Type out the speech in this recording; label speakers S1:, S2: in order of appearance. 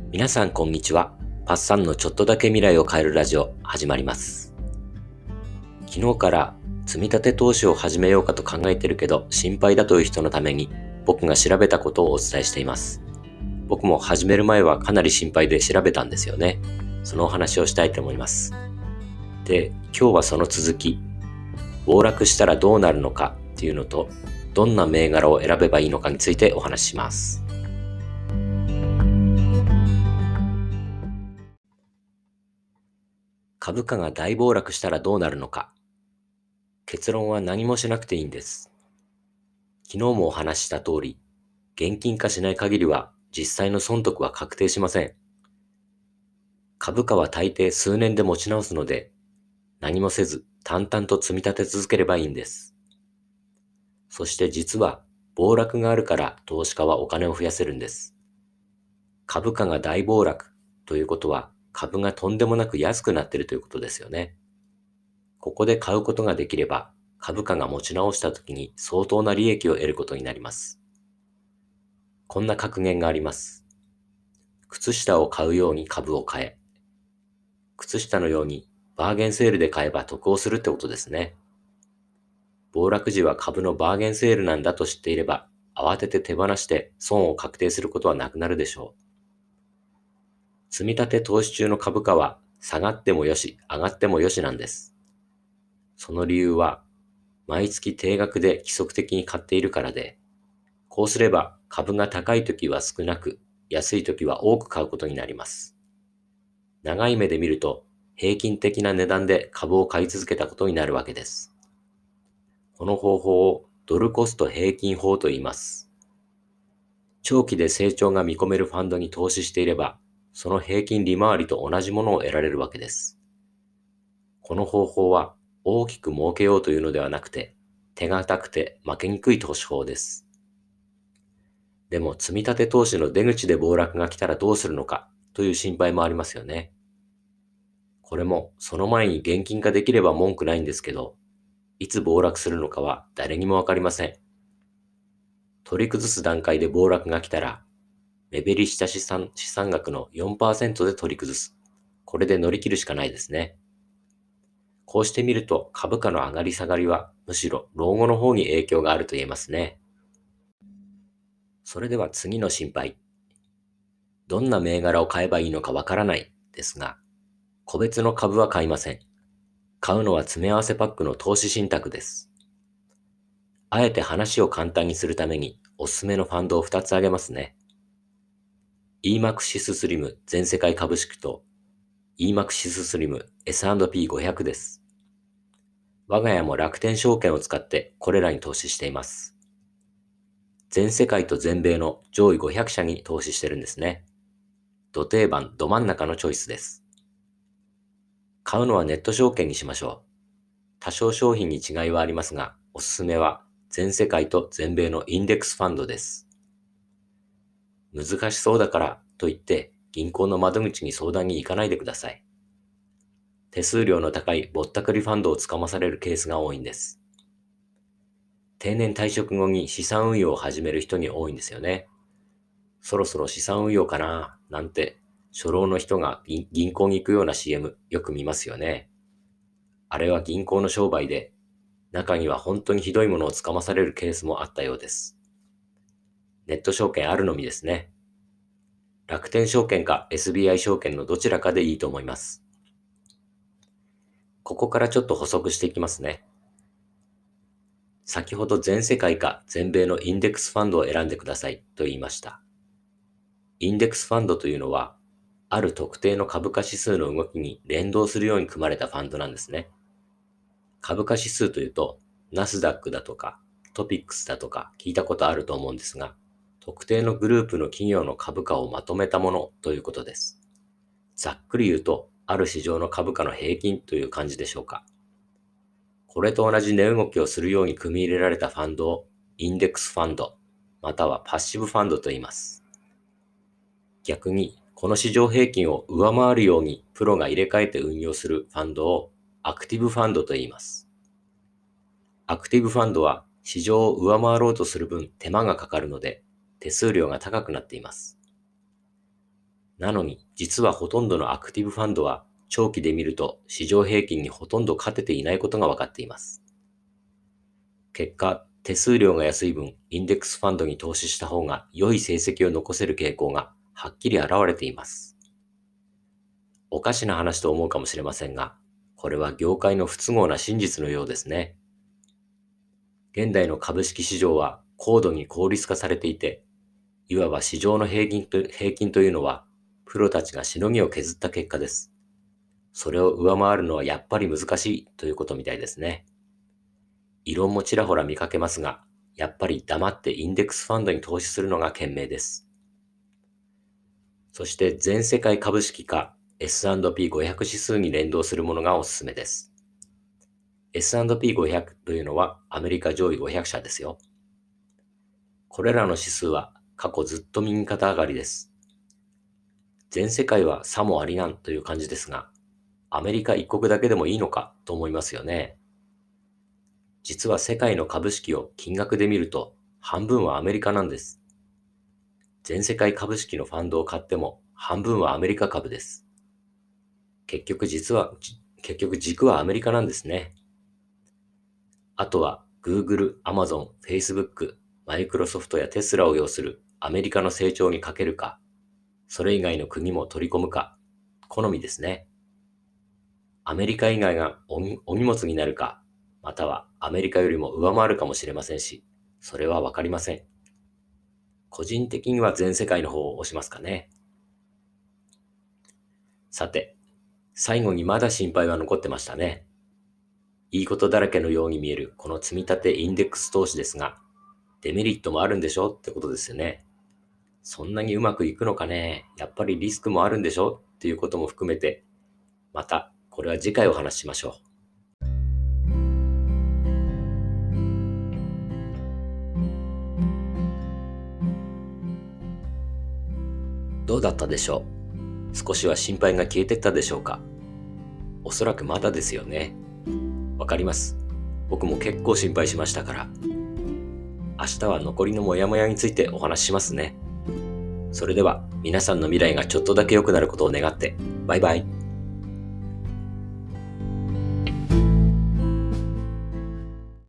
S1: 皆さんこんにちは。パッサンのちょっとだけ未来を変えるラジオ始まります。昨日から積み立て投資を始めようかと考えてるけど心配だという人のために僕が調べたことをお伝えしています。僕も始める前はかなり心配で調べたんですよね。そのお話をしたいと思います。で、今日はその続き、暴落したらどうなるのかっていうのと、どんな銘柄を選べばいいのかについてお話しします。株価が大暴落したらどうなるのか。結論は何もしなくていいんです。昨日もお話しした通り、現金化しない限りは実際の損得は確定しません。株価は大抵数年で持ち直すので、何もせず淡々と積み立て続ければいいんです。そして実は暴落があるから投資家はお金を増やせるんです。株価が大暴落ということは株がとんでもなく安くなっているということですよね。ここで買うことができれば株価が持ち直した時に相当な利益を得ることになります。こんな格言があります。靴下を買うように株を買え。靴下のようにバーゲンセールで買えば得をするってことですね。暴落時は株のバーゲンセールなんだと知っていれば、慌てて手放して損を確定することはなくなるでしょう。積み立て投資中の株価は下がってもよし、上がってもよしなんです。その理由は、毎月定額で規則的に買っているからで、こうすれば株が高い時は少なく、安い時は多く買うことになります。長い目で見ると、平均的な値段で株を買い続けたことになるわけです。この方法をドルコスト平均法と言います。長期で成長が見込めるファンドに投資していれば、その平均利回りと同じものを得られるわけです。この方法は大きく儲けようというのではなくて、手堅くて負けにくい投資法です。でも積み立て投資の出口で暴落が来たらどうするのかという心配もありますよね。これもその前に現金化できれば文句ないんですけど、いつ暴落するのかは誰にもわかりません。取り崩す段階で暴落が来たら、目減りした資産額の 4% で取り崩す。これで乗り切るしかないですね。こうしてみると株価の上がり下がりはむしろ老後の方に影響があると言えますね。それでは次の心配。どんな銘柄を買えばいいのかわからないですが、個別の株は買いません。買うのは詰め合わせパックの投資信託です。あえて話を簡単にするためにおすすめのファンドを2つ挙げますね。EMAXIS SLIM 全世界株式と EMAXIS SLIM S&P500 です。我が家も楽天証券を使ってこれらに投資しています。全世界と全米の上位500社に投資してるんですね。ど定番、ど真ん中のチョイスです。買うのはネット証券にしましょう。多少商品に違いはありますが、おすすめは全世界と全米のインデックスファンドです。難しそうだからといって銀行の窓口に相談に行かないでください。手数料の高いぼったくりファンドをつかまされるケースが多いんです。定年退職後に資産運用を始める人に多いんですよね。そろそろ資産運用かななんて初老の人が銀行に行くような CM よく見ますよね。あれは銀行の商売で、中には本当にひどいものをつかまされるケースもあったようです。ネット証券あるのみですね。楽天証券か SBI 証券のどちらかでいいと思います。ここからちょっと補足していきますね。先ほど全世界か全米のインデックスファンドを選んでくださいと言いました。インデックスファンドというのは、ある特定の株価指数の動きに連動するように組まれたファンドなんですね。株価指数というと、ナスダックだとか、トピックスだとか聞いたことあると思うんですが、特定のグループの企業の株価をまとめたものということです。ざっくり言うと、ある市場の株価の平均という感じでしょうか。これと同じ値動きをするように組み入れられたファンドをインデックスファンド、またはパッシブファンドと言います。逆に、この市場平均を上回るようにプロが入れ替えて運用するファンドをアクティブファンドと言います。アクティブファンドは市場を上回ろうとする分手間がかかるので手数料が高くなっています。 なのに、実はほとんどのアクティブファンドは長期で見ると市場平均にほとんど勝てていないことが分かっています。結果、手数料が安い分、インデックスファンドに投資した方が良い成績を残せる傾向がはっきり現れています。おかしな話と思うかもしれませんが、これは業界の不都合な真実のようですね。現代の株式市場は高度に効率化されていて、いわば市場の平均というのは、プロたちがしのぎを削った結果です。それを上回るのはやっぱり難しいということみたいですね。異論もちらほら見かけますが、やっぱり黙ってインデックスファンドに投資するのが賢明です。そして全世界株式か S&P500 指数に連動するものがおすすめです。S&P500 というのはアメリカ上位500社ですよ。これらの指数は過去ずっと右肩上がりです。全世界はさもありなんという感じですが、アメリカ一国だけでもいいのかと思いますよね。実は世界の株式を金額で見ると半分はアメリカなんです。全世界株式のファンドを買っても半分はアメリカ株です。結局軸はアメリカなんですね。あとは Google、Amazon、Facebook、Microsoft やテスラを要するアメリカの成長にかけるか、それ以外の国も取り込むか、好みですね。アメリカ以外がお荷物になるか、またはアメリカよりも上回るかもしれませんし、それはわかりません。個人的には全世界の方を押しますかね。さて、最後にまだ心配は残ってましたね。いいことだらけのように見えるこの積み立てインデックス投資ですが、デメリットもあるんでしょってことですよね。そんなにうまくいくのかね。やっぱりリスクもあるんでしょっていうことも含めて、またこれは次回お話ししましょう。どうだったでしょう。少しは心配が消えてったでしょうか。おそらくまだですよね。わかります。僕も結構心配しましたから。明日は残りのモヤモヤについてお話ししますね。それでは皆さんの未来がちょっとだけ良くなることを願って、バイバイ。